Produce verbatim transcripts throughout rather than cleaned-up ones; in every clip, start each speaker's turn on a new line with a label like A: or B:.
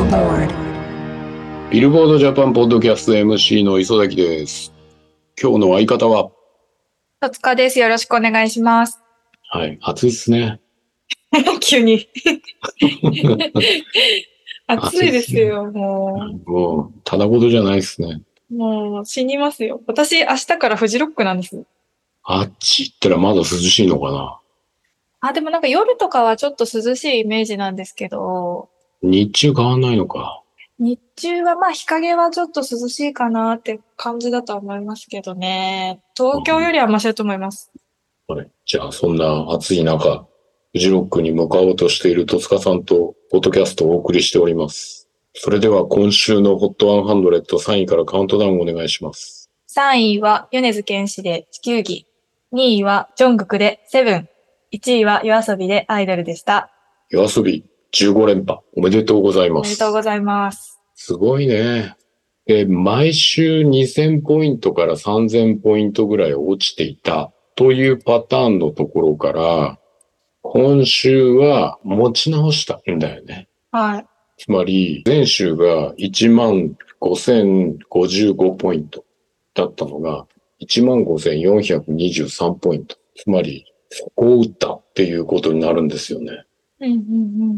A: Billboard
B: ビルボードジャパンポッドキャスト エムシー の磯崎です。今日の相方は
C: 戸塚です。よろしくお願いします。
B: はい、暑いっすね。
C: 急に。暑いですよ、も
B: う。もう、ただごとじゃないっすね。
C: もう、死にますよ。私、明日からフジロックなんです。
B: あっち行ったらまだ涼しいのかな。
C: あ、でもなんか夜とかはちょっと涼しいイメージなんですけど、
B: 日中変わんないのか。
C: 日中はまあ日陰はちょっと涼しいかなって感じだとは思いますけどね。東京よりはマシだと思います。
B: はい。じゃあ、そんな暑い中、フジロックに向かおうとしている戸塚さんと、ポッドキャストをお送りしております。それでは今週の ホットハンドレッドさんいからカウントダウンお願いします。
C: さんいは米津玄師で地球儀。にいはジョングクでセブン。いちいは夜遊びでアイドルでした。
B: 夜遊びじゅうご連覇おめでとうございます。
C: おめでとうございます。
B: すごいね。で、毎週にせんポイントからさんぜんポイントぐらい落ちていたというパターンのところから、今週は持ち直したんだよね。
C: はい。
B: つまり、前週がいちまんごせんごじゅうごポイントだったのが、いちまんごせんよんひゃくにじゅうさんポイント。つまり、そこを打ったっていうことになるんですよね。
C: うんうんうん。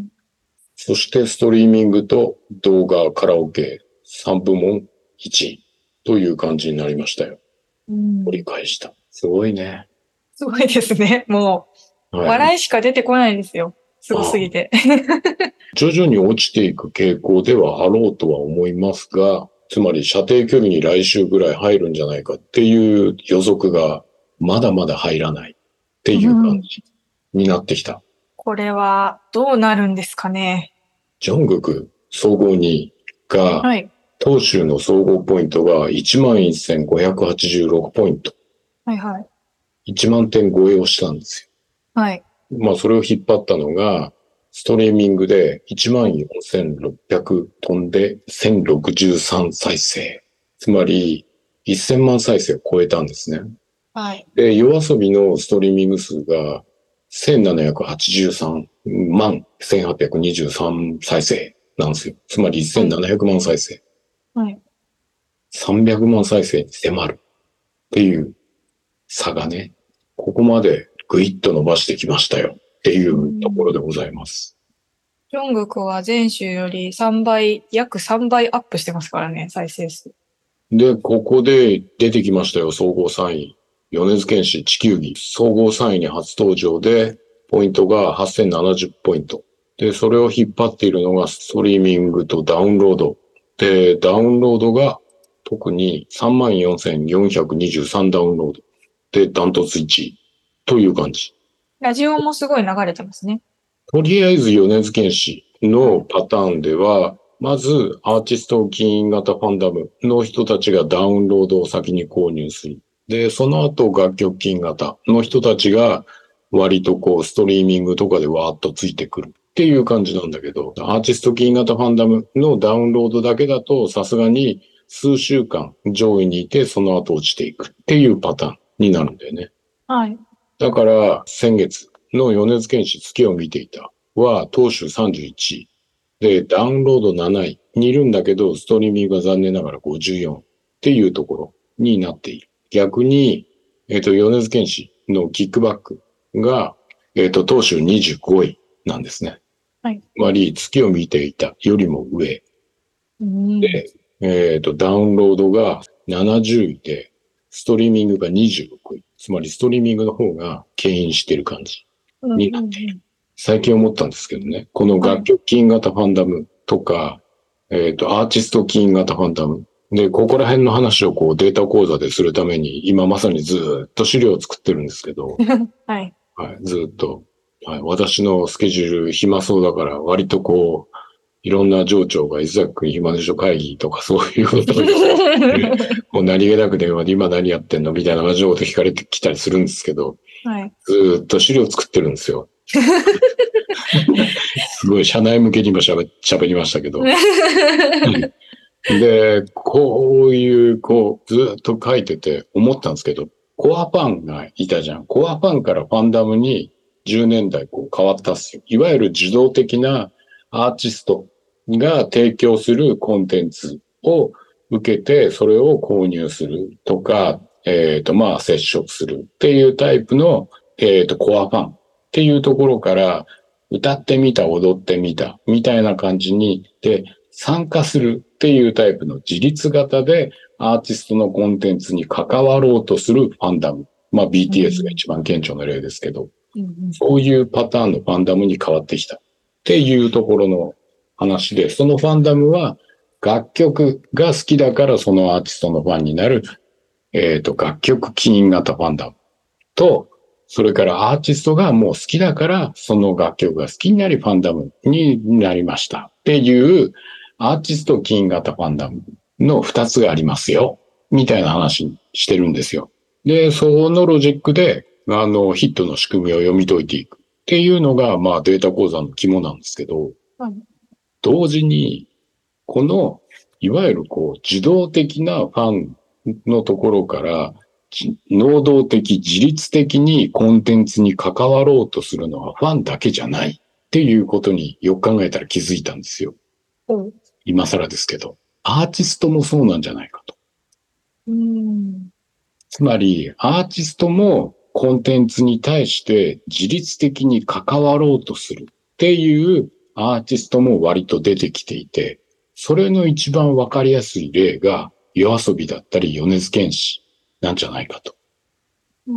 B: そしてストリーミングと動画、カラオケさんぶもんいちいという感じになりましたよ。
C: うん、
B: 折り返した。すごいね。
C: すごいですね。もう、
B: はい、
C: 笑いしか出てこないですよ。すごすぎて。
B: 徐々に落ちていく傾向ではあろうとは思いますが、つまり射程距離に来週ぐらい入るんじゃないかっていう予測がまだまだ入らないっていう感じになってきた。うん、
C: これはどうなるんですかね。
B: ジョングク総合にいが、はい、当週の総合ポイントが いちまんせんごひゃくはちじゅうろく ポイント。
C: はいはい。
B: いちまんてん超えをしたんです
C: よ。はい。
B: まあそれを引っ張ったのが、ストリーミングで いちまんよんせんろっぴゃく 飛んでせんろくじゅうさん再生。つまりせんまん再生を超えたんですね。
C: はい。
B: で、夜遊びのストリーミング数がせんななひゃくはちじゅうさんまんせんはっぴゃくにじゅうさん再生なんですよ。つまりせんななひゃくまん再生。
C: はい。
B: さんびゃくまん再生に迫るっていう差がね、ここまでぐいっと伸ばしてきましたよっていうところでございます。
C: ジョングクは前週よりさんばい、約さんばいアップしてますからね、再生数。
B: で、ここで出てきましたよ、総合さんい。米津玄師地球儀。総合さんいに初登場で、ポイントがはっせんななじゅうポイント。で、それを引っ張っているのがストリーミングとダウンロード。で、ダウンロードが特に さんまんよんせんよんひゃくにじゅうさん ダウンロード。で、ダントツいちいという感じ。
C: ラジオもすごい流れてますね。
B: とりあえず米津玄師のパターンでは、まずアーティスト起因型ファンダムの人たちがダウンロードを先に購入する。で、その後楽曲金型の人たちが割とこうストリーミングとかでわーっとついてくるっていう感じなんだけど、アーティスト起因型ファンダムのダウンロードだけだとさすがに数週間上位にいてその後落ちていくっていうパターンになるんだよね。
C: はい。
B: だから先月の米津玄師月を見ていたは当週さんじゅういちい。で、ダウンロードなないにいるんだけど、ストリーミングが残念ながらごじゅうよんっていうところになっている。逆に、えっと、米津玄師のキックバックが、えっと、当週にじゅうごいなんですね。
C: はい。
B: つまり、月を見ていたよりも上。
C: うん、
B: で、えっと、ダウンロードがななじゅういで、ストリーミングがにじゅうろくい。つまり、ストリーミングの方が牽引している感じになっている。うんうんうん、最近思ったんですけどね、この楽曲起因型ファンダムとか、はい、えっと、アーティスト起因型ファンダム。で、ここら辺の話をこうデータ講座でするために、今まさにずっと資料を作ってるんですけど、
C: はい。
B: はい、ずっと、はい、私のスケジュール暇そうだから、割とこう、いろんな上長が、伊崎くん暇でしょ会議とかそういうことを、ね、もう何気なく電話で今何やってんのみたいな感じのこと聞かれてきたりするんですけど、
C: はい、
B: ずっと資料作ってるんですよ。すごい社内向けに今喋りましたけど。で、こういう、こう、ずっと書いてて思ったんですけど、コアファンがいたじゃん。コアファンからファンダムにじゅうねんだいこう変わったっすよ。いわゆる受動的なアーティストが提供するコンテンツを受けて、それを購入するとか、えっと、まあ、接触するっていうタイプの、えっと、コアファンっていうところから、歌ってみた、踊ってみた、みたいな感じに、で、参加するっていうタイプの自立型でアーティストのコンテンツに関わろうとするファンダム。まあ ビーティーエス が一番顕著な例ですけど、
C: うんうん、
B: そういうパターンのファンダムに変わってきたっていうところの話で、そのファンダムは楽曲が好きだからそのアーティストのファンになる、えっと、楽曲起因型ファンダムと、それからアーティストがもう好きだからその楽曲が好きになりファンダムになりましたっていうアーティスト起因型ファンダムの二つがありますよみたいな話してるんですよ。で、そのロジックであのヒットの仕組みを読み解いていくっていうのがまあデータ講座の肝なんですけど、
C: はい、
B: 同時にこのいわゆるこう受動的なファンのところから能動的、自律的にコンテンツに関わろうとするのはファンだけじゃないっていうことによく考えたら気づいたんですよ。
C: うん、
B: 今更ですけど。アーティストもそうなんじゃないかと。
C: うん、
B: つまり、アーティストもコンテンツに対して自律的に関わろうとするっていうアーティストも割と出てきていて、それの一番わかりやすい例が夜遊びだったり米津玄師なんじゃないかと。
C: うん、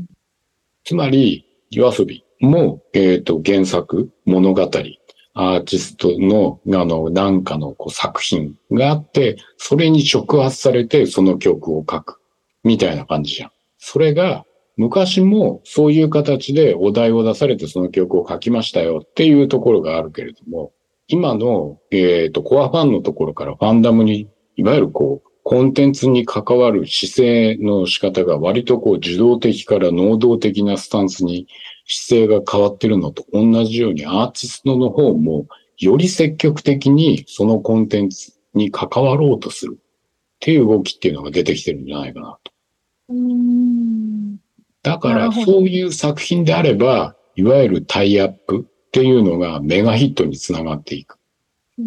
B: つまり、夜遊びも、えっと、原作、物語、アーティストの、あの、なんかのこう作品があって、それに触発されてその曲を書く。みたいな感じじゃん。それが、昔もそういう形でお題を出されてその曲を書きましたよっていうところがあるけれども、今の、えっと、コアファンのところからファンダムに、いわゆるこう、コンテンツに関わる姿勢の仕方が割とこう受動的から能動的なスタンスに姿勢が変わってるのと同じようにアーティストの方もより積極的にそのコンテンツに関わろうとするっていう動きっていうのが出てきてるんじゃないかなと。
C: うん、
B: だから
C: なるほど。
B: そういう作品であれば、いわゆるタイアップっていうのがメガヒットにつながっていく
C: うん、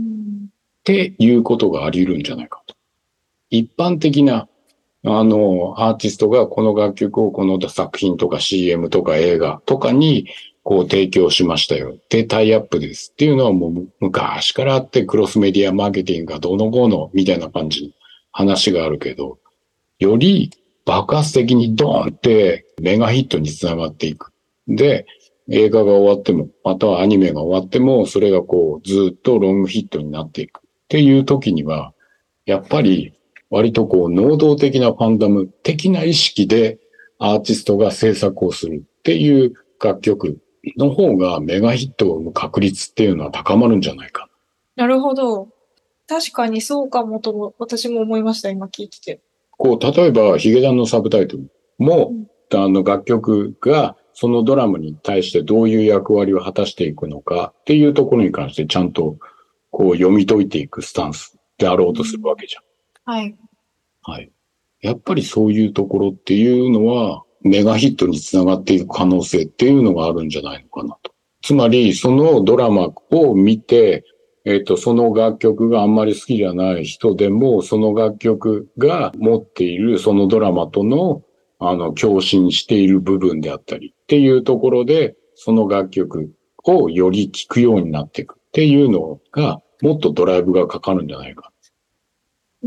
B: っていうことがあり得るんじゃないかと。一般的なあの、アーティストがこの楽曲をこの作品とか シーエム とか映画とかにこう提供しましたよ。で、タイアップですっていうのはもう昔からあってクロスメディアマーケティングがどうのこうのみたいな感じの話があるけど、より爆発的にドーンってメガヒットにつながっていく。で、映画が終わっても、またはアニメが終わっても、それがこうずっとロングヒットになっていくっていう時には、やっぱり割とこう能動的なファンダム的な意識でアーティストが制作をするっていう楽曲の方がメガヒットを生む確率っていうのは高まるんじゃないか。
C: なるほど。確かにそうかもとも、私も思いました、今聞いてて。
B: こう、例えばヒゲダンのサブタイトルも、
C: うん、
B: あの楽曲がそのドラマに対してどういう役割を果たしていくのかっていうところに関してちゃんとこう読み解いていくスタンスであろうとするわけじゃん。
C: はい。
B: はい。やっぱりそういうところっていうのは、メガヒットにつながっていく可能性っていうのがあるんじゃないのかなと。つまり、そのドラマを見て、えっと、その楽曲があんまり好きじゃない人でも、その楽曲が持っているそのドラマとの、あの、共振している部分であったりっていうところで、その楽曲をより聴くようになっていくっていうのが、もっとドライブがかかるんじゃないか。
C: うん。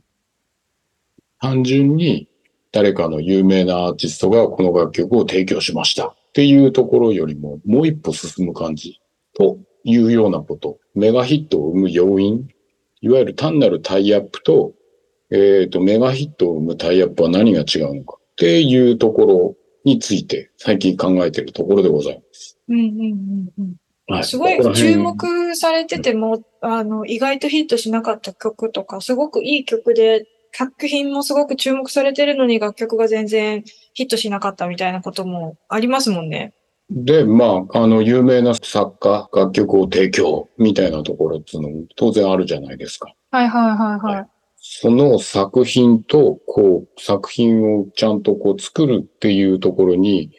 B: 単純に誰かの有名なアーティストがこの楽曲を提供しましたっていうところよりももう一歩進む感じというようなこと。メガヒットを生む要因、いわゆる単なるタイアップと、えっと、メガヒットを生むタイアップは何が違うのかっていうところについて最近考えているところでございます。
C: うんうんうんうん。
B: はい。
C: すごい
B: ここら辺
C: 注目されてても、あの、意外とヒットしなかった曲とか、すごくいい曲で、作品もすごく注目されてるのに楽曲が全然ヒットしなかったみたいなこともありますもんね。
B: で、まあ、あの、有名な作家、楽曲を提供みたいなところっていうのも当然あるじゃないですか。
C: はいはいはいはい。
B: その作品と、こう、作品をちゃんとこう作るっていうところに、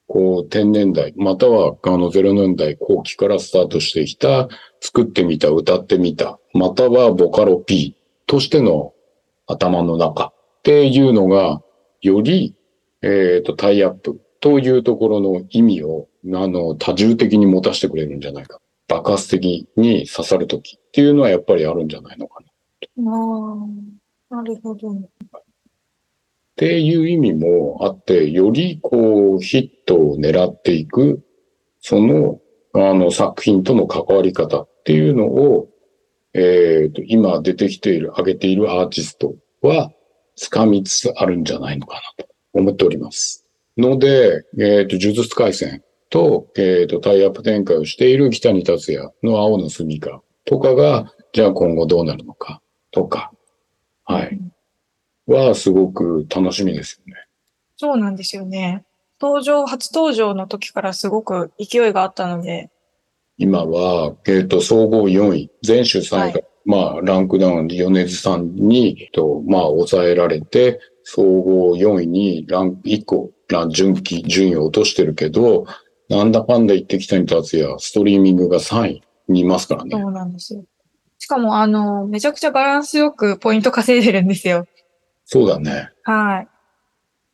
B: こう、天然代、またはあのゼロねんだい後期からスタートしてきた、作ってみた、歌ってみた、またはボカロ P としての頭の中っていうのが、より、えっと、タイアップというところの意味を、あの、多重的に持たせてくれるんじゃないか。爆発的に刺さるときっていうのはやっぱりあるんじゃないのかな。
C: ああ、なるほど。
B: っていう意味もあって、よりこうヒットを狙っていく、その、あの作品との関わり方っていうのを、えっと、今出てきている、上げているアーティストは掴みつつあるんじゃないのかなと思っております。ので、えっと、呪術廻戦と、えっと、タイアップ展開をしている北に達也の青の住処とかが、じゃあ今後どうなるのかとか、はい。はすごく楽しみですよね。
C: そうなんですよね。登場、初登場の時からすごく勢いがあったので。
B: 今は、えっと、総合よんい、全種さんいが、
C: はい、
B: まあ、ランクダウンで米津さんに、と、まあ、抑えられて、総合よんいにランクいっこ、順位、順位を落としてるけど、なんだかんだ言ってきたに立つや、ストリーミングがさんいにいますからね。
C: そうなんですよ。しかも、あの、めちゃくちゃバランスよくポイント稼いでるんですよ。
B: そうだね。
C: はい。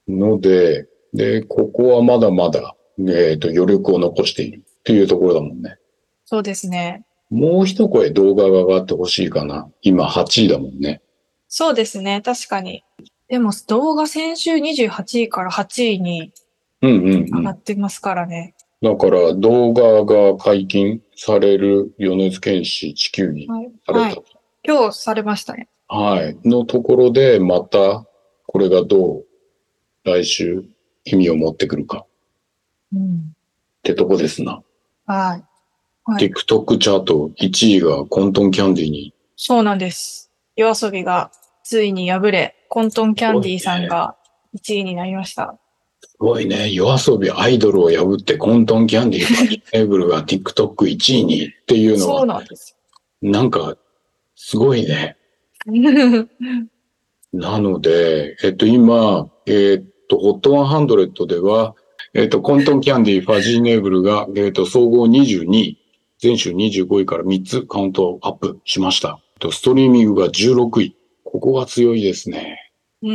B: ので、で、ここはまだまだ、えっと、余力を残しているっていうところだもんね。
C: そうですね。
B: もう一声動画が上がってほしいかな。今はちいだもんね。
C: そうですね。確かに。でも動画先週にじゅうはちいからはちいに
B: うんうんう
C: 上が
B: ん。
C: ってますからね。
B: だから動画が解禁される米津玄師地球儀
C: はい。
B: された。
C: はい。今日されましたね。
B: はい。のところでまたこれがどう来週意味を持ってくるかっ
C: うん。
B: てとこですな。
C: はい。はい。
B: TikTok チャートいちいがコントンキャンディに。
C: そうなんです。夜遊びがついに敗れ、コントンキャンディさんがいちいになりました。
B: すごいね。夜遊びアイドルを破ってコントンキャンディーファジネーブルが TikTokいちいにっていうのは、
C: そうなんです
B: なんかすごいね。
C: よ。
B: なので、えっと今、えっと、ホットハンドレットでは、えっと、コントンキャンディーファジーネーブルが、えっと、総合にじゅうにい、全週にじゅうごいからみっつカウントアップしました。ストリーミングがじゅうろくい。ここが強いですね。
C: うん。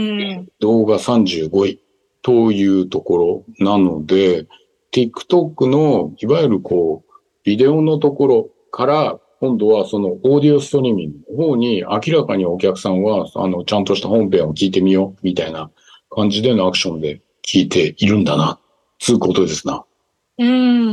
B: 動画さんじゅうごいというところなので、TikTok のいわゆるこう、ビデオのところから今度はそのオーディオストリーミングの方に明らかにお客さんはあのちゃんとした本編を聞いてみようみたいな感じでのアクションで聞いているんだな、つうことですな。
C: うん、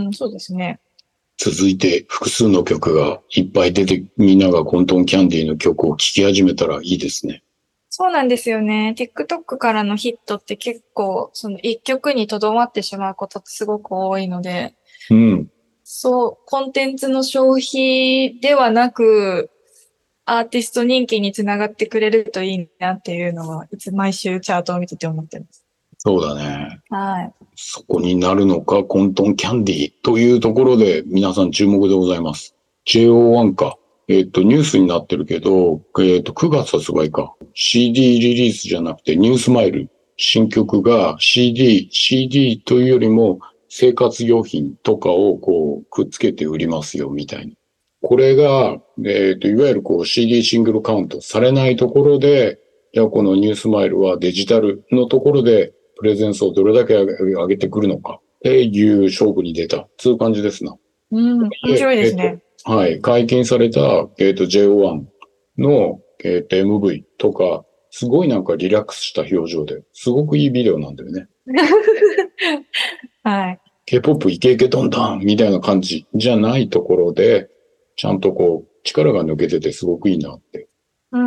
C: そうですね。
B: 続いて複数の曲がいっぱい出てみんながコントンキャンディーの曲を聴き始めたらいいですね。
C: そうなんですよね。TikTok からのヒットって結構、その一曲にとどまってしまうことってすごく多いので、
B: うん。
C: そう、コンテンツの消費ではなく、アーティスト人気につながってくれるといいなっていうのは、いつ毎週チャートを見てて思ってます。
B: そうだね。
C: はい。
B: そこになるのか、コントンキャンディーというところで皆さん注目でございます。ジェイオーワン か。えっと、ニュースになってるけど、えっと、くがつ発売か。シーディー リリースじゃなくてニュースマイル。新曲が シーディー、シーディー というよりも生活用品とかをこうくっつけて売りますよみたいな。これが、えっと、いわゆるこう シーディー シングルカウントされないところで、じゃあこのニュースマイルはデジタルのところでプレゼンスをどれだけ上げてくるのかっていう勝負に出た。そういう感じですな。
C: うん、面白いですね。
B: えーはい。解禁された、えっと、ジェイオーワン の、えっと、エムブイ とか、すごいなんかリラックスした表情で、すごくいいビデオなんだよね。
C: はい。
B: K-ポップ イケイケドンドンみたいな感じじゃないところで、ちゃんとこう、力が抜けててすごくいいなって。
C: うん。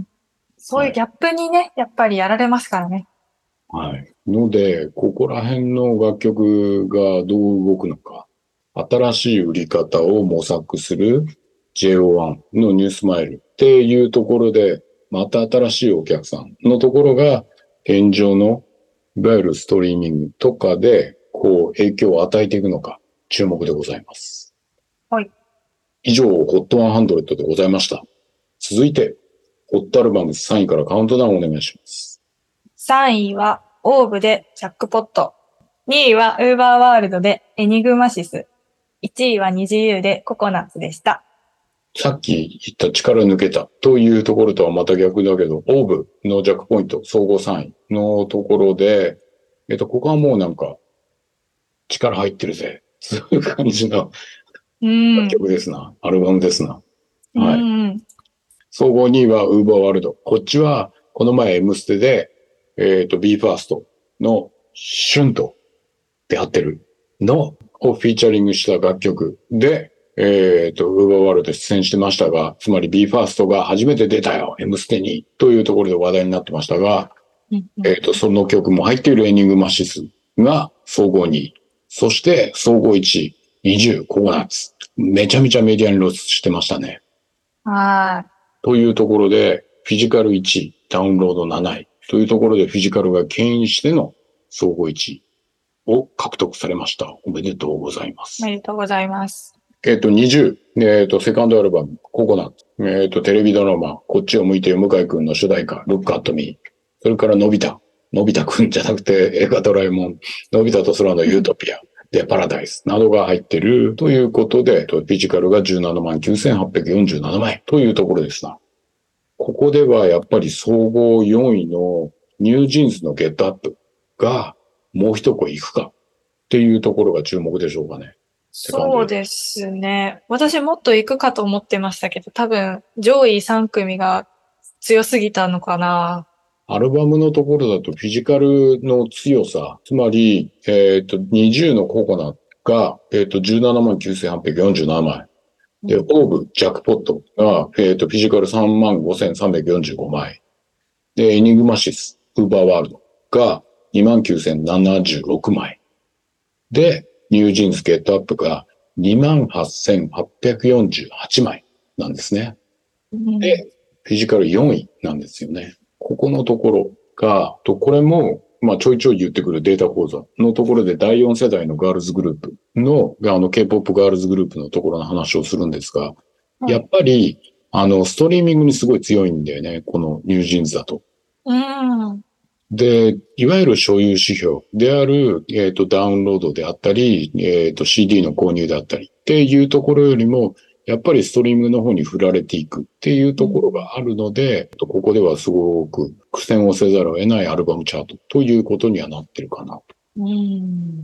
C: そういうギャップにね、やっぱりやられますからね。
B: はい。ので、ここら辺の楽曲がどう動くのか、新しい売り方を模索する ジェイオーワン のニュースマイルっていうところで、また新しいお客さんのところが、現状の、いわゆるストリーミングとかで、こう、影響を与えていくのか、注目でございます。
C: はい。
B: 以上、ホットハンドレットでございました。続いて、ホットアルバムさんいからカウントダウンお願いします。
C: さんいは、オーブでジャックポット。 にいはウーバーワールドでエニグマシス。いちいはニジユーでココナッツでした。
B: さっき言った力抜けたというところとはまた逆だけど、オーブの弱ポイント、総合さんいのところで、えっと、ここはもうなんか、力入ってるぜ。そういう感じの楽曲ですな。アルバムですな。はい。総合にいはウーバーワールド。こっちは、この前 M ステで、えっと、ビーファーストのシュンと出会ってるのをフィーチャリングした楽曲で、えっと、ウーバーワールド出演してましたが、つまり ビーファーストが初めて出たよ、M ステに、というところで話題になってましたが、えっと、その曲も入っているエニグマシスが総合にい。そして総合いちい、にじゅう、ココナッツ。めちゃめちゃメディアに露出してましたね。
C: はい。
B: というところで、フィジカルいちい、ダウンロードなない。というところで、フィジカルが牽引しての総合いちいを獲得されました。おめでとうございます。
C: おめでとうございます。
B: えっと、にじゅう、えっと、セカンドアルバム、ココナッツ。えっと、テレビドラマ、こっちを向いてよ向井くんの主題歌、Look at Me。それから、のび太。のび太くんじゃなくて、映画ドラえもん。のび太と空のユートピア。で、パラダイスなどが入ってるということで、フィジカルがじゅうななまんきゅうせんはっぴゃくよんじゅうななまいというところですな。ここではやっぱり総合よんいのニュージーンズのゲットアップがもう一声いくかっていうところが注目でしょうかね。
C: そうですね。私もっと行くかと思ってましたけど、多分上位さんくみが強すぎたのかな。
B: アルバムのところだとフィジカルの強さ、つまり、えっと、にじゅうのココナが、えっと、じゅうななまんきゅうせんはっぴゃくよんじゅうななまい。で、オーブ、ジャックポットが、えっと、フィジカルさんまんごせんさんびゃくよんじゅうごまい。で、エニグマシス、ウーバーワールドがにまんきゅうせんななじゅうろくまい。で、ニュージーンズゲットアップが にまんはっせんはっぴゃくよんじゅうはちまいなんですね。で、フィジカルよんいなんですよね。ここのところが、とこれも、まあちょいちょい言ってくるデータ講座のところでだいよん世代のガールズグループの、あの K-ポップ ガールズグループのところの話をするんですが、やっぱり、あの、ストリーミングにすごい強いんだよね。このニュージーンズだと。
C: うん。
B: で、いわゆる所有指標である、えっと、ダウンロードであったり、えっと、シーディー の購入であったりっていうところよりも、やっぱりストリーミングの方に振られていくっていうところがあるので、ここではすごく苦戦をせざるを得ないアルバムチャートということにはなってるかな。
C: うん、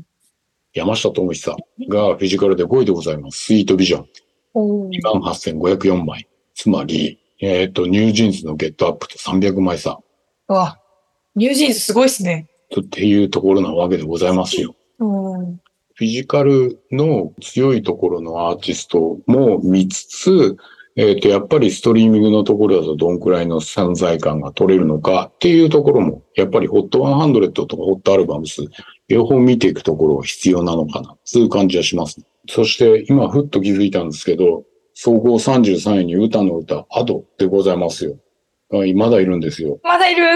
B: 山下智久がフィジカルでごいでございます。スイートビジョン。にまんはっせんごひゃくよんまい。つまり、えっと、ニュージーンズのゲットアップとさんびゃくまい差。
C: うわ、ニュージーンズすごいっすね。
B: っていうところなわけでございますよ。
C: うん
B: フィジカルの強いところのアーティストも見つつ、えっと、やっぱりストリーミングのところだとどんくらいの存在感が取れるのかっていうところも、やっぱり ホットハンドレッド とか ホット アルバムス、両方見ていくところが必要なのかな、そういう感じはします。そして今ふっと気づいたんですけど、総合さんじゅうさんいに歌の歌、アドでございますよ。まだいるんですよ。
C: まだいる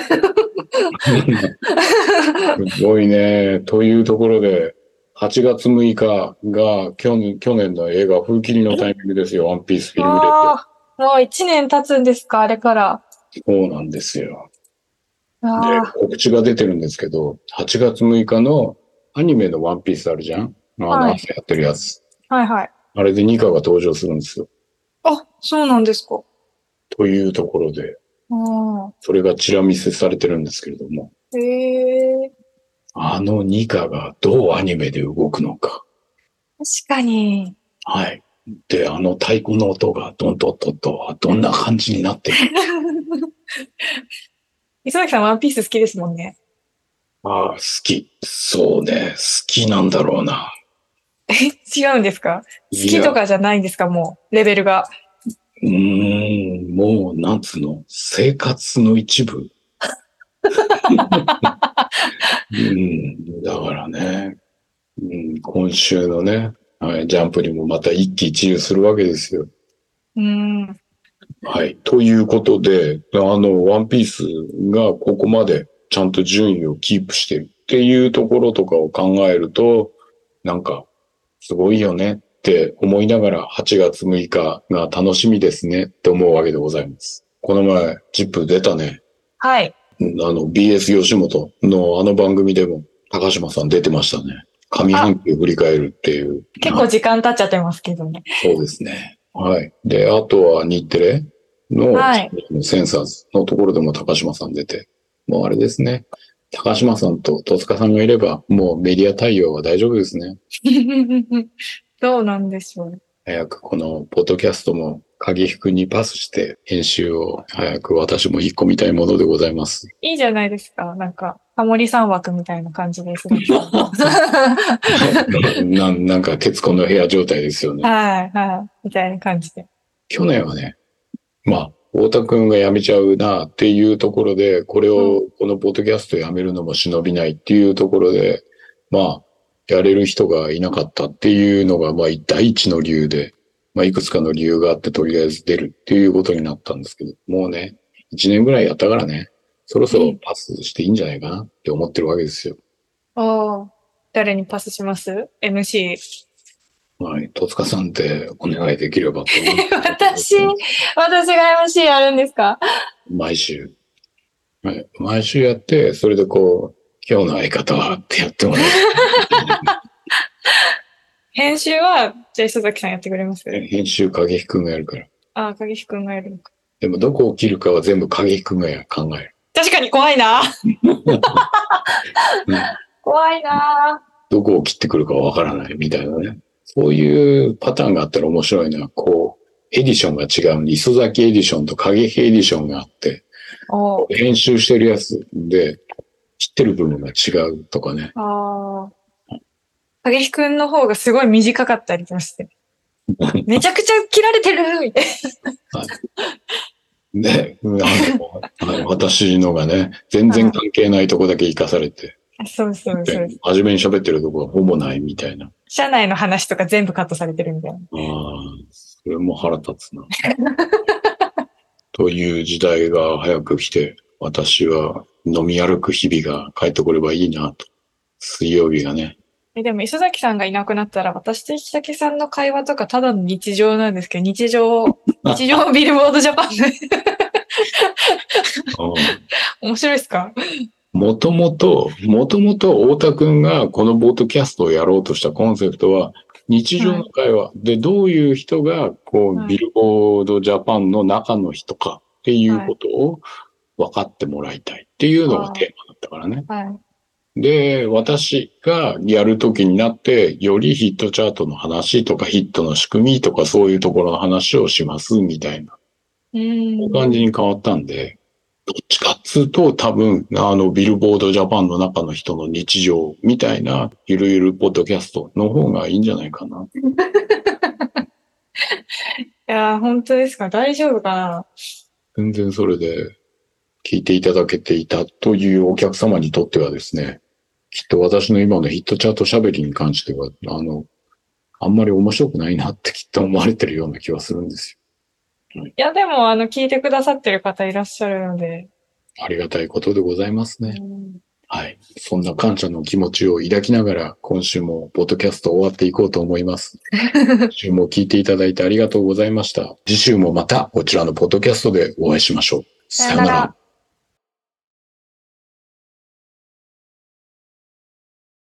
B: すごいね。というところで、はちがつむいかが去年、去年の映画風切りのタイミングですよ。ワンピースフィルムレッ
C: ド。もういちねん経つんですか、あれから。
B: そうなんですよ。で、告知が出てるんですけど、はちがつむいかのアニメのワンピースあるじゃん、あの、はい、朝やってるやつ。
C: はいはい。
B: あれでニカが登場するんですよ。
C: あ、そうなんですか。
B: というところで、それがチラ見せされてるんですけれども。
C: へー。
B: あのニカがどうアニメで動くのか。
C: 確かに。
B: はい。で、あの太鼓の音がドントットッとはどんな感じになってる
C: 磯崎さんワンピース好きですもんね。
B: ああ、好き。そうね。好きなんだろうな。
C: え、違うんですか？好きとかじゃないんですか？もう、レベルが。
B: うーん、もう、なんつうの、生活の一部。うん、だからね、うん、今週のね、はい、ジャンプにもまた一喜一憂するわけですよ。
C: うん。
B: はい。ということで、あの、ワンピースがここまでちゃんと順位をキープしてるっていうところとかを考えると、なんか、すごいよねって思いながらはちがつむいかが楽しみですねって思うわけでございます。この前、ジップ出たね。
C: はい。
B: あの、ビーエス 吉本のあの番組でも、 高島さん出てましたね。上半期を振り返るっていう。
C: 結構時間経っちゃってますけどね。
B: そうですね。はい。で、あとは日テレの
C: はい。
B: センサーズのところでも高島さん出て、もうあれですね。高島さんと戸塚さんがいれば、もうメディア対応は大丈夫ですね。
C: どうなんでしょう。
B: 早くこのポッドキャストも鍵引くにパスして編集を早く私も引っ込みたいものでございます。
C: いいじゃないですか。なんか、タモリさん枠みたいな感じですね。
B: な, なんか徹子の部屋状態ですよね。
C: はい、はい。みたいな感じで。
B: 去年はね、まあ、太田くんが辞めちゃうなっていうところで、これを、このポッドキャスト辞めるのも忍びないっていうところで、まあ、やれる人がいなかったっていうのが、まあ、第一の理由で、まあ、いくつかの理由があって、とりあえず出るっていうことになったんですけど、もうね、一年ぐらいやったからね、そろそろパスしていいんじゃないかなって思ってるわけですよ。
C: ああ、誰にパスします ?エムシー。
B: はい。戸塚さんってお願いできればと思
C: って。私、私が エムシー やるんですか？
B: 毎週。はい。毎週やって、それでこう、今日の相方はってやってもらう。
C: 編集は、じゃあ磯崎さんやってくれます？
B: 編集、影木くんがやるから。
C: ああ、影木くんがやるのか。
B: でも、どこを切るかは全部影木くんが考える。
C: 確かに怖いな。怖いな。
B: どこを切ってくるかわからないみたいなね。そういうパターンがあったら面白いのは、こう、エディションが違う。磯崎エディションと影木エディションがあって、編集してるやつで、切ってる部分が違うとかね。
C: ああ。影木くんの方がすごい短かったりとかして。めちゃくちゃ切られてるみたいな。はい
B: で、あの、あの私のがね、全然関係ないとこだけ生かされて。
C: そうそうそう。
B: 真面目に喋ってるとこはほぼないみたいな。
C: 社内の話とか全部カットされてるみたいな。
B: ああ、それも腹立つな。という時代が早く来て、私は飲み歩く日々が帰ってこればいいなと。水曜日がね。
C: え、でも磯崎さんがいなくなったら、私と磯崎さんの会話とかただの日常なんですけど、日常、日常ビルボードジャパン面白いですか？
B: もともと、もともと太田くんがこのポッドキャストをやろうとしたコンセプトは、日常の会話、はい、で、どういう人が、こう、はい、ビルボードジャパンの中の人かっていうことを分かってもらいたいっていうのがテーマだったからね。はい、で、私がやるときになって、よりヒットチャートの話とかヒットの仕組みとかそういうところの話をしますみたいな感じに変わったんで、どっちかっつうと多分、あの、ビルボードジャパンの中の人の日常みたいなゆるゆるポッドキャストの方がいいんじゃないかな。
C: いやー、本当ですか？大丈夫かな？
B: 全然それで聞いていただけていたというお客様にとってはですね、きっと私の今のヒットチャート喋りに関しては、あの、あんまり面白くないなってきっと思われてるような気はするんですよ。
C: いや、でも、あの、聞いてくださってる方いらっしゃるので。
B: ありがたいことでございますね。はい。そんな感謝の気持ちを抱きながら、今週もポッドキャスト終わっていこうと思います。今週も聞いていただいてありがとうございました。次週もまたこちらのポッドキャストでお会いしましょう。さよなら。